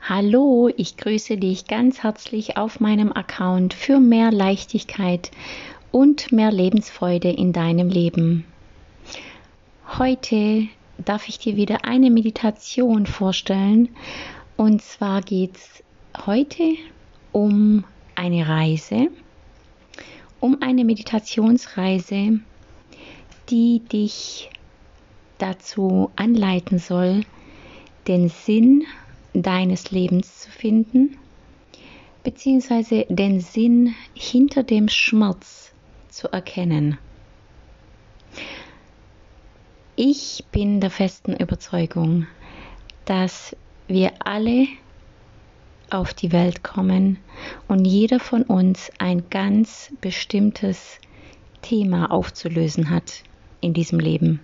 Hallo, ich grüße dich ganz herzlich auf meinem Account für mehr Leichtigkeit und mehr Lebensfreude in deinem Leben. Heute darf ich dir wieder eine Meditation vorstellen, und zwar geht es heute um eine Reise, um eine Meditationsreise, die dich dazu anleiten soll, den Sinn deines Lebens zu finden, beziehungsweise den Sinn hinter dem Schmerz zu erkennen. Ich bin der festen Überzeugung, dass wir alle auf die Welt kommen und jeder von uns ein ganz bestimmtes Thema aufzulösen hat in diesem Leben.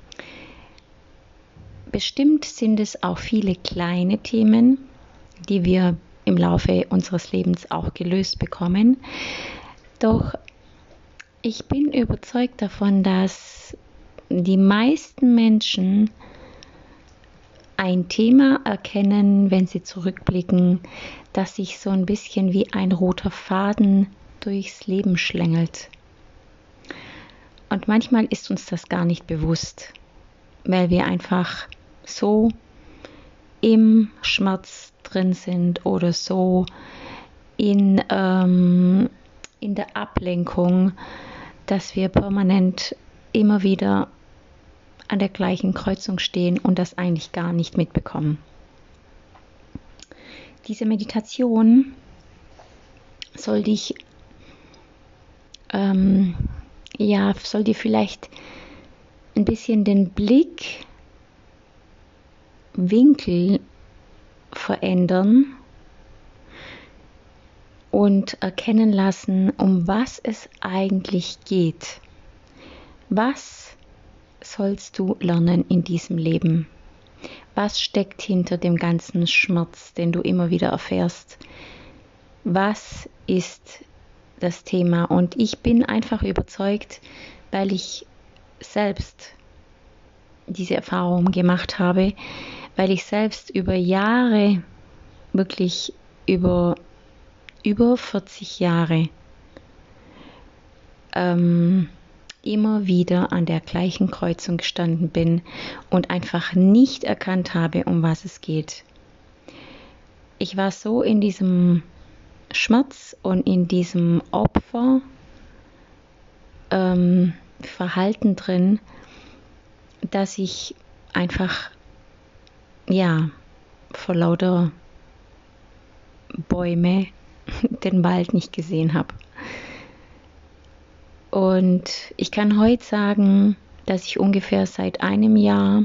Bestimmt sind es auch viele kleine Themen, die wir im Laufe unseres Lebens auch gelöst bekommen. Doch ich bin überzeugt davon, dass die meisten Menschen ein Thema erkennen, wenn sie zurückblicken, das sich so ein bisschen wie ein roter Faden durchs Leben schlängelt. Und manchmal ist uns das gar nicht bewusst, weil wir einfach so im Schmerz drin sind oder so in der Ablenkung, dass wir permanent immer wieder an der gleichen Kreuzung stehen und das eigentlich gar nicht mitbekommen. Diese Meditation soll dich soll dir vielleicht ein bisschen den Blickwinkel verändern und erkennen lassen, um was es eigentlich geht. Was sollst du lernen in diesem Leben? Was steckt hinter dem ganzen Schmerz, den du immer wieder erfährst? Was ist das Thema? Und ich bin einfach überzeugt, weil ich selbst diese Erfahrung gemacht habe, weil ich selbst über Jahre, wirklich über 40 Jahre, immer wieder an der gleichen Kreuzung gestanden bin und einfach nicht erkannt habe, um was es geht. Ich war so in diesem Schmerz und in diesem Opferverhalten drin, dass ich einfach vor lauter Bäume den Wald nicht gesehen habe. Und ich kann heute sagen, dass ich ungefähr seit einem Jahr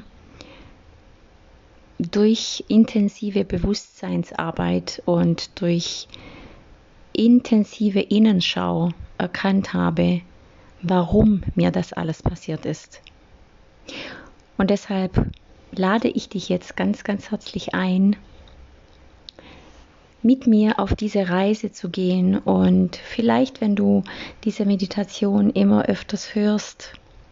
durch intensive Bewusstseinsarbeit und durch intensive Innenschau erkannt habe, warum mir das alles passiert ist. Und deshalb lade ich dich jetzt ganz, ganz herzlich ein, mit mir auf diese Reise zu gehen, und vielleicht, wenn du diese Meditation immer öfters hörst,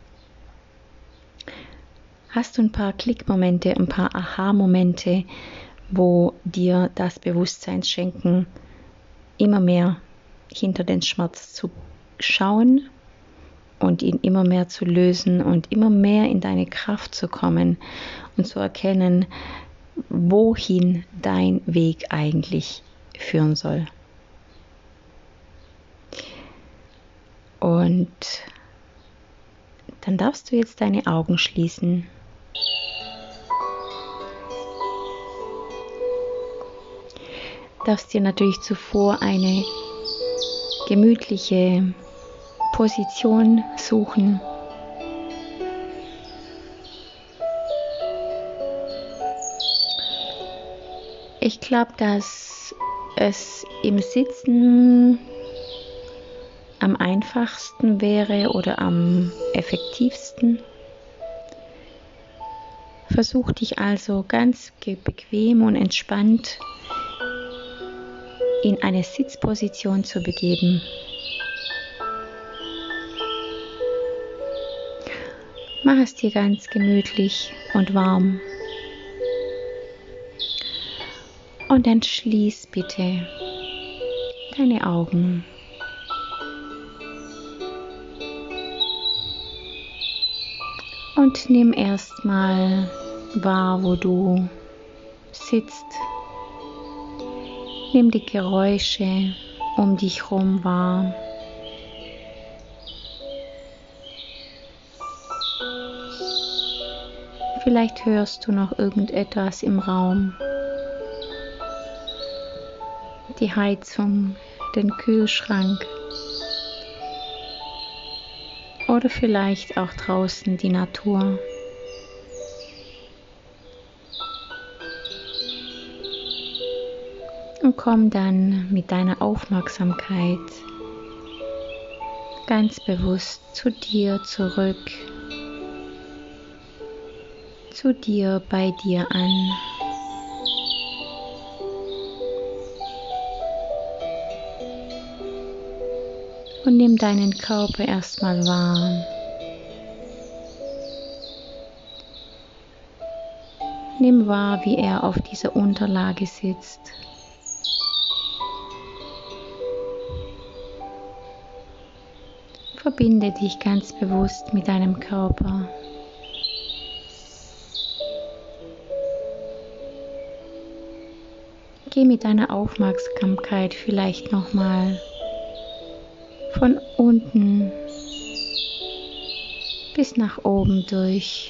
hast du ein paar Klickmomente, ein paar Aha-Momente, wo dir das Bewusstsein schenken, immer mehr hinter den Schmerz zu schauen und ihn immer mehr zu lösen und immer mehr in deine Kraft zu kommen und zu erkennen, wohin dein Weg eigentlich führen soll. Und dann darfst du jetzt deine Augen schließen. Darfst dir natürlich zuvor eine gemütliche Position suchen. Ich glaube, dass es im Sitzen am einfachsten wäre oder am effektivsten. Versuch dich also ganz bequem und entspannt in eine Sitzposition zu begeben. Mach es dir ganz gemütlich und warm. Und dann schließ bitte deine Augen. Und nimm erstmal wahr, wo du sitzt. Nimm die Geräusche um dich herum wahr. Vielleicht hörst du noch irgendetwas im Raum. Die Heizung, den Kühlschrank oder vielleicht auch draußen die Natur. Und komm dann mit deiner Aufmerksamkeit ganz bewusst zu dir zurück, zu dir, bei dir an. Und nimm deinen Körper erstmal wahr. Nimm wahr, wie er auf dieser Unterlage sitzt. Verbinde dich ganz bewusst mit deinem Körper. Geh mit deiner Aufmerksamkeit vielleicht nochmal von unten bis nach oben durch.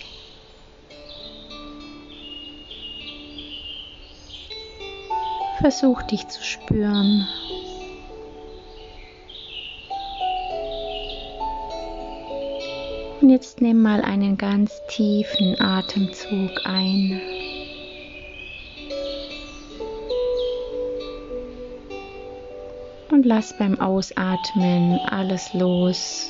Versuch dich zu spüren. Und jetzt nimm mal einen ganz tiefen Atemzug ein. Und lass beim Ausatmen alles los.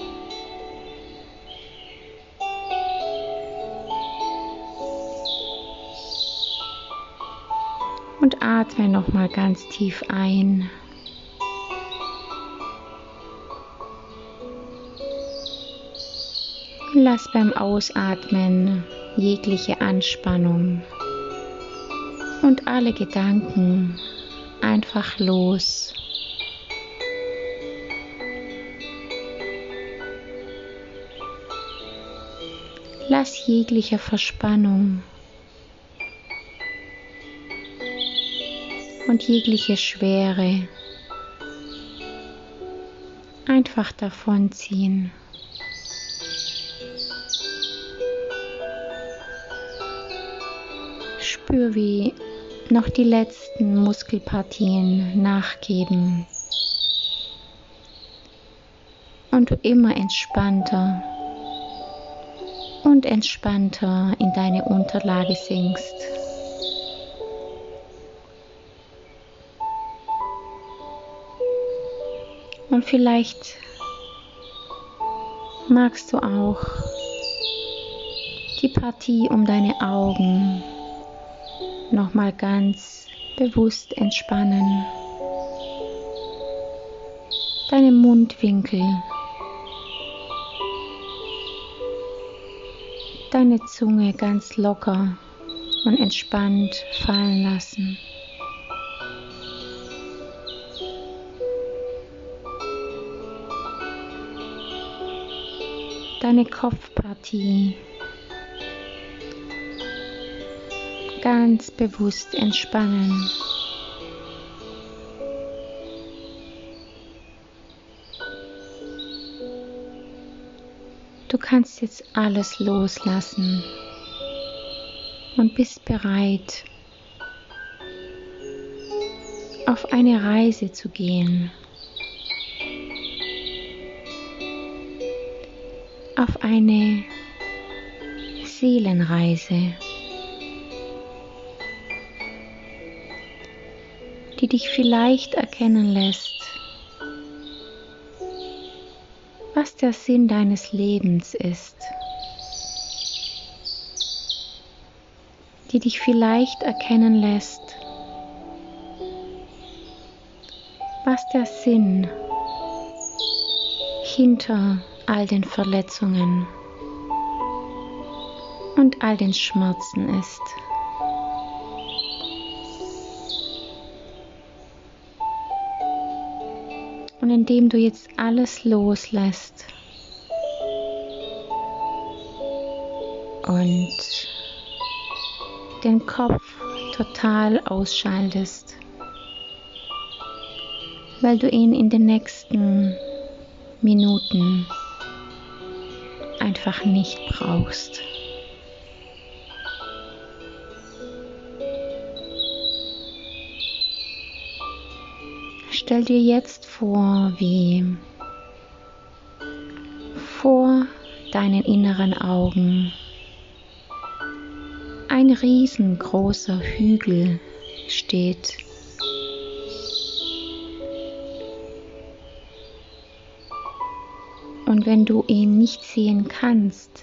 Und atme nochmal ganz tief ein. Und lass beim Ausatmen jegliche Anspannung und alle Gedanken einfach los. Lass jegliche Verspannung und jegliche Schwere einfach davonziehen. Spür, wie noch die letzten Muskelpartien nachgeben und du immer entspannter und entspannter in deine Unterlage sinkst. Und vielleicht magst du auch die Partie um deine Augen nochmal ganz bewusst entspannen. Deine Mundwinkel, deine Zunge ganz locker und entspannt fallen lassen. Deine Kopfpartie ganz bewusst entspannen. Du kannst jetzt alles loslassen und bist bereit, auf eine Reise zu gehen. Auf eine Seelenreise, die dich vielleicht erkennen lässt, was der Sinn deines Lebens ist, die dich vielleicht erkennen lässt, was der Sinn hinter all den Verletzungen und all den Schmerzen ist. Und indem du jetzt alles loslässt und den Kopf total ausschaltest, weil du ihn in den nächsten Minuten einfach nicht brauchst. Stell dir jetzt vor, wie vor deinen inneren Augen ein riesengroßer Hügel steht. Und wenn du ihn nicht sehen kannst,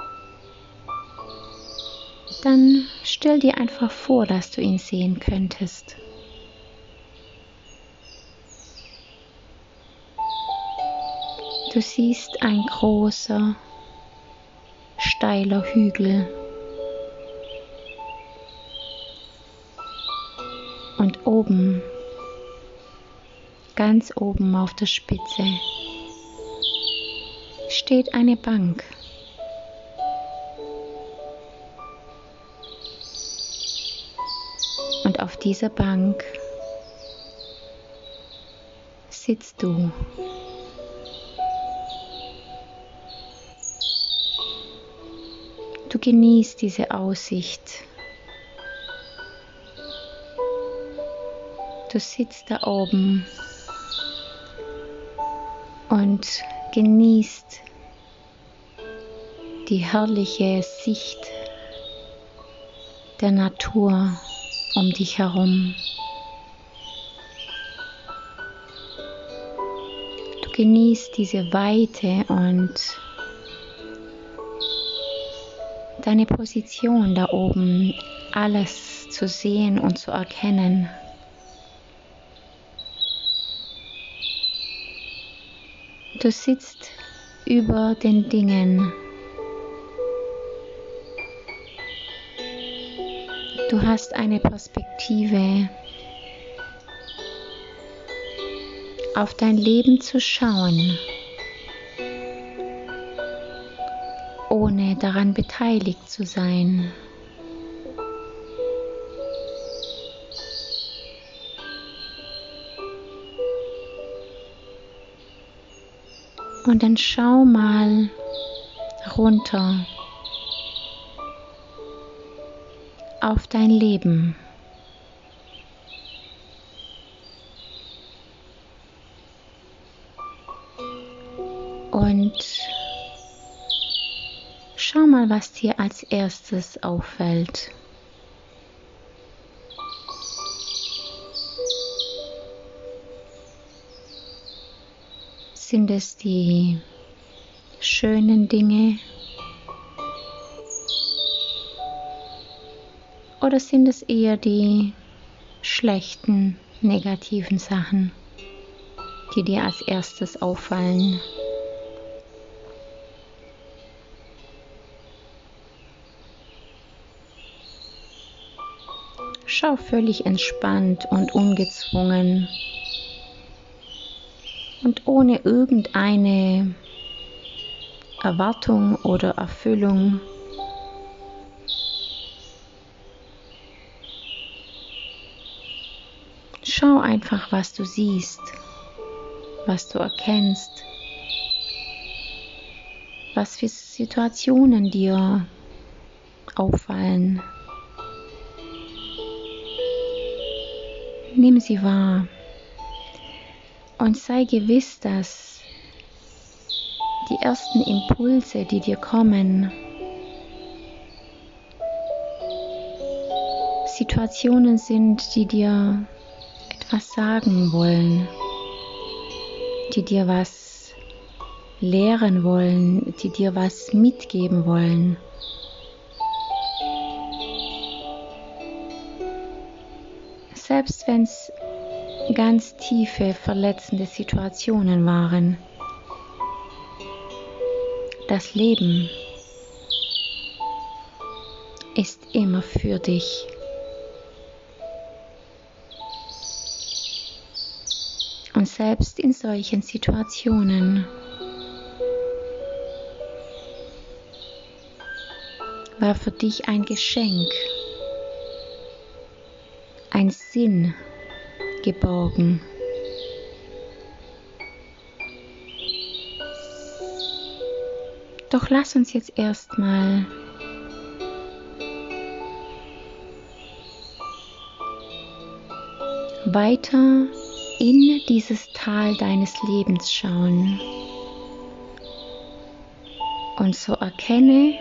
dann stell dir einfach vor, dass du ihn sehen könntest. Du siehst ein großer, steiler Hügel. Und oben, ganz oben auf der Spitze, steht eine Bank. Und auf dieser Bank sitzt du. Du genießt diese Aussicht. Du sitzt da oben und genießt die herrliche Sicht der Natur um dich herum. Du genießt diese Weite und deine Position da oben, alles zu sehen und zu erkennen. Du sitzt über den Dingen. Du hast eine Perspektive, auf dein Leben zu schauen, ohne daran beteiligt zu sein. Und dann schau mal runter auf dein Leben. Und schau mal, was dir als erstes auffällt. Sind es die schönen Dinge oder sind es eher die schlechten, negativen Sachen, die dir als erstes auffallen? Schau völlig entspannt und ungezwungen und ohne irgendeine Erwartung oder Erfüllung. Schau einfach, was du siehst, was du erkennst, was für Situationen dir auffallen. Nimm sie wahr und sei gewiss, dass die ersten Impulse, die dir kommen, Situationen sind, die dir etwas sagen wollen, die dir was lehren wollen, die dir was mitgeben wollen. Selbst wenn es ganz tiefe, verletzende Situationen waren. Das Leben ist immer für dich. Und selbst in solchen Situationen war für dich ein Geschenk, ein Sinn geborgen. Doch lass uns jetzt erstmal weiter in dieses Tal deines Lebens schauen und so erkenne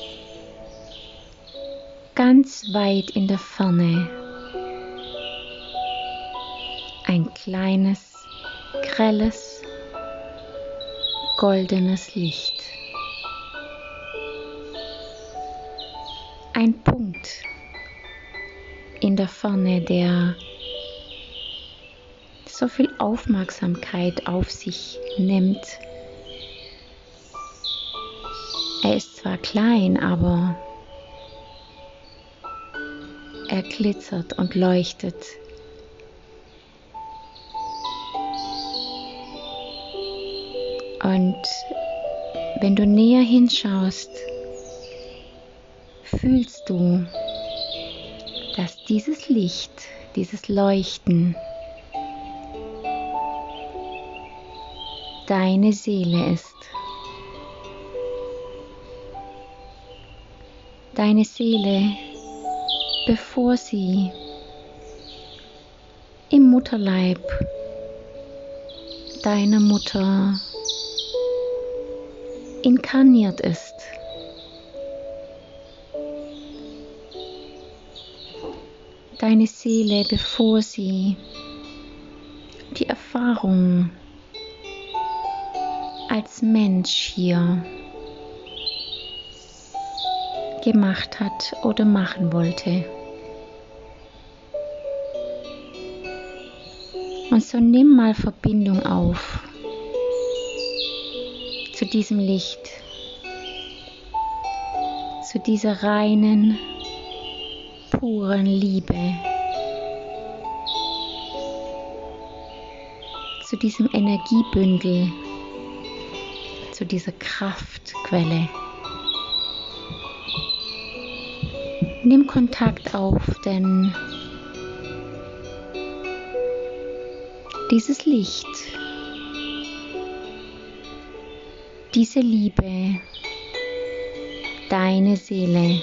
ganz weit in der Ferne ein kleines, grelles, goldenes Licht. Ein Punkt in der Ferne, der so viel Aufmerksamkeit auf sich nimmt. Er ist zwar klein, aber er glitzert und leuchtet. Und wenn du näher hinschaust, fühlst du, dass dieses Licht, dieses Leuchten deine Seele ist. Deine Seele, bevor sie im Mutterleib deiner Mutter inkarniert ist. Deine Seele, bevor sie die Erfahrung als Mensch hier gemacht hat oder machen wollte. Und so nimm mal Verbindung auf zu diesem Licht, zu dieser reinen, puren Liebe, zu diesem Energiebündel, zu dieser Kraftquelle. Nimm Kontakt auf, denn dieses Licht, diese Liebe, deine Seele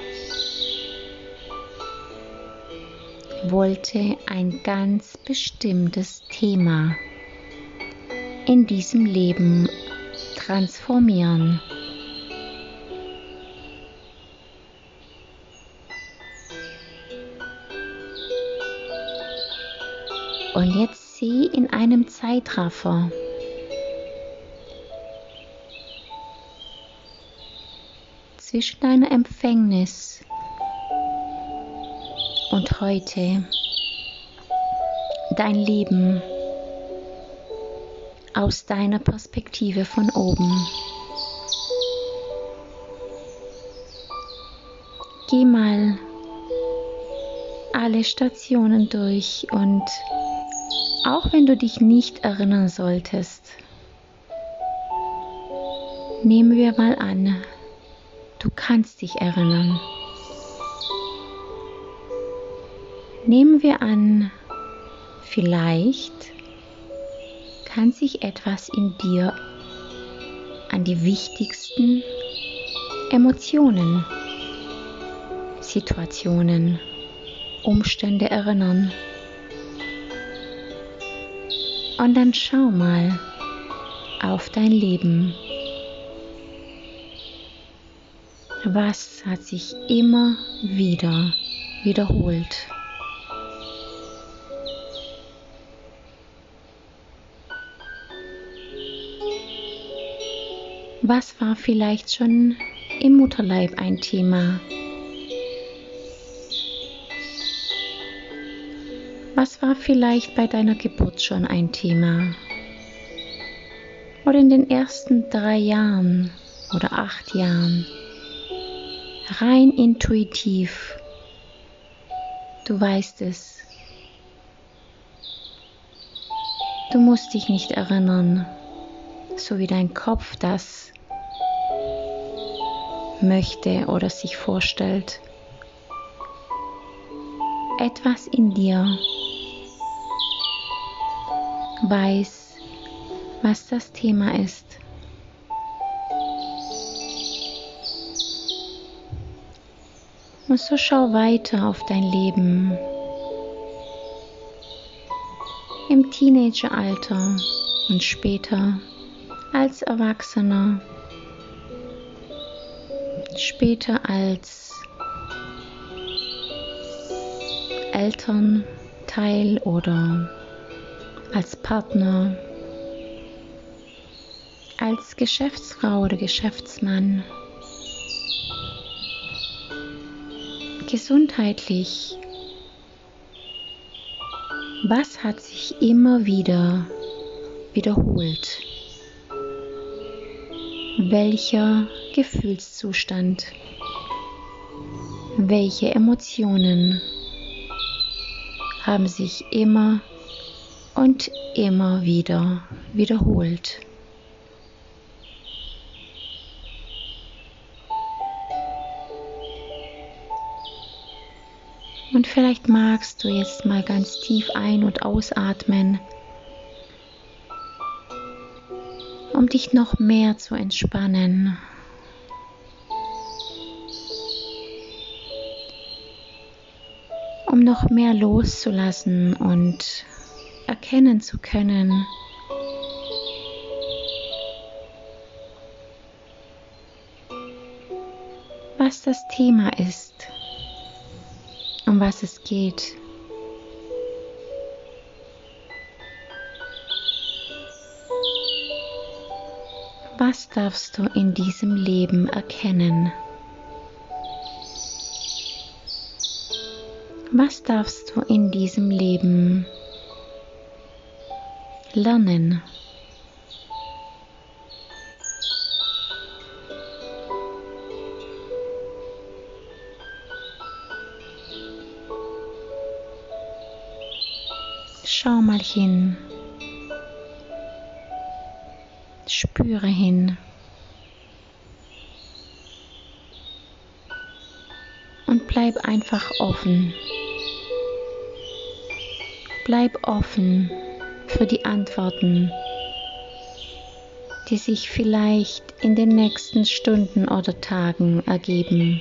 wollte ein ganz bestimmtes Thema in diesem Leben transformieren. Und jetzt sieh in einem Zeitraffer zwischen deiner Empfängnis und heute dein Leben aus deiner Perspektive von oben. Geh mal alle Stationen durch und auch wenn du dich nicht erinnern solltest, nehmen wir mal an, du kannst dich erinnern. Nehmen wir an, vielleicht kann sich etwas in dir an die wichtigsten Emotionen, Situationen, Umstände erinnern. Und dann schau mal auf dein Leben. Was hat sich immer wieder wiederholt? Was war vielleicht schon im Mutterleib ein Thema? Was war vielleicht bei deiner Geburt schon ein Thema? Oder in den ersten 3 Jahren oder 8 Jahren? Rein intuitiv. Du weißt es. Du musst dich nicht erinnern, so wie dein Kopf das möchte oder sich vorstellt. Etwas in dir weiß, was das Thema ist. Und so schau weiter auf dein Leben im Teenageralter und später als Erwachsener, später als Elternteil oder als Partner, als Geschäftsfrau oder Geschäftsmann, gesundheitlich. Was hat sich immer wieder wiederholt? Welcher Gefühlszustand? Welche Emotionen haben sich immer und immer wieder wiederholt? Und vielleicht magst du jetzt mal ganz tief ein- und ausatmen, um dich noch mehr zu entspannen. Um noch mehr loszulassen und erkennen zu können, was das Thema ist, um was es geht. Was darfst du in diesem Leben erkennen? Was darfst du in diesem Leben lernen? Schau mal hin. Spüre hin. Und bleib einfach offen. Bleib offen für die Antworten, die sich vielleicht in den nächsten Stunden oder Tagen ergeben.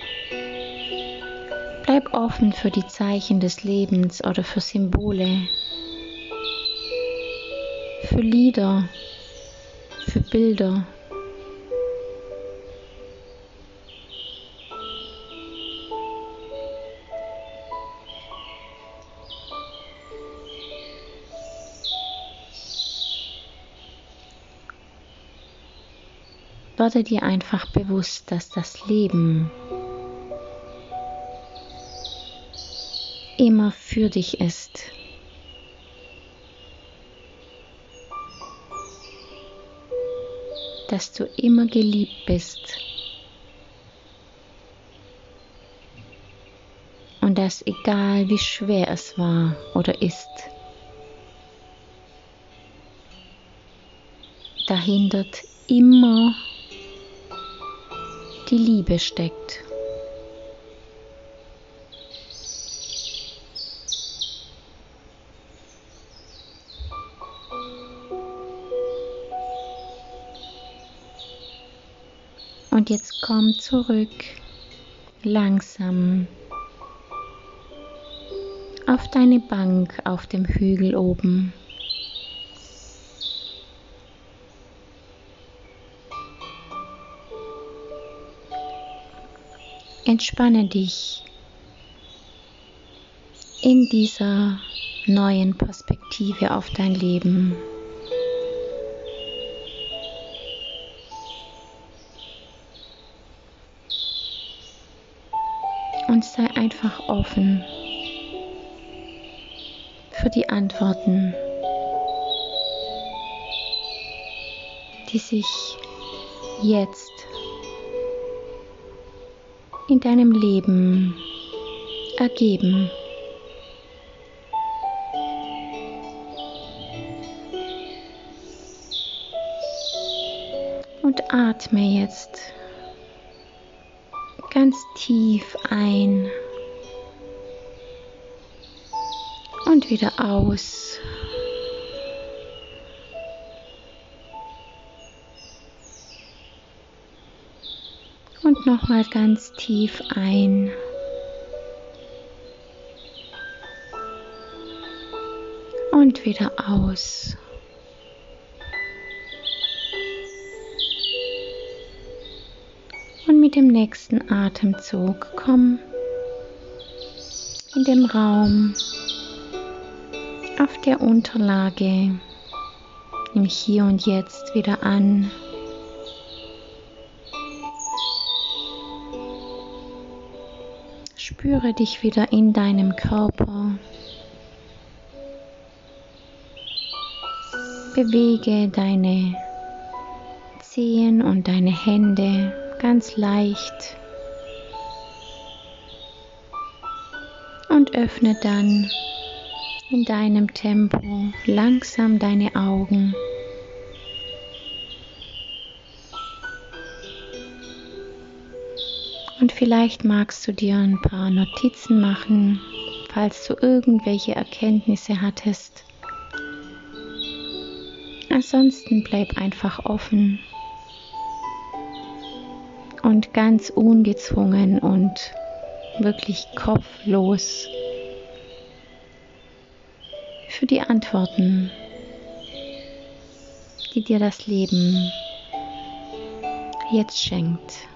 Bleib offen für die Zeichen des Lebens oder für Symbole, für Lieder, für Bilder. Werde dir einfach bewusst, dass das Leben immer für dich ist. Dass du immer geliebt bist. Und dass egal wie schwer es war oder ist, dahinter immer die Liebe steckt. Und jetzt komm zurück, langsam, auf deine Bank auf dem Hügel oben. Entspanne dich in dieser neuen Perspektive auf dein Leben. Und sei einfach offen für die Antworten, die sich jetzt in deinem Leben ergeben. atme jetzt ganz tief ein und wieder aus. Und nochmal ganz tief ein. Und wieder aus. Und mit dem nächsten Atemzug komm in dem Raum auf der Unterlage im Hier und Jetzt wieder an. Spüre dich wieder in deinem Körper. Bewege deine Zehen und deine Hände ganz leicht und öffne dann in deinem Tempo langsam deine Augen. Und vielleicht magst du dir ein paar Notizen machen, falls du irgendwelche Erkenntnisse hattest. Ansonsten bleib einfach offen und ganz ungezwungen und wirklich kopflos für die Antworten, die dir das Leben jetzt schenkt.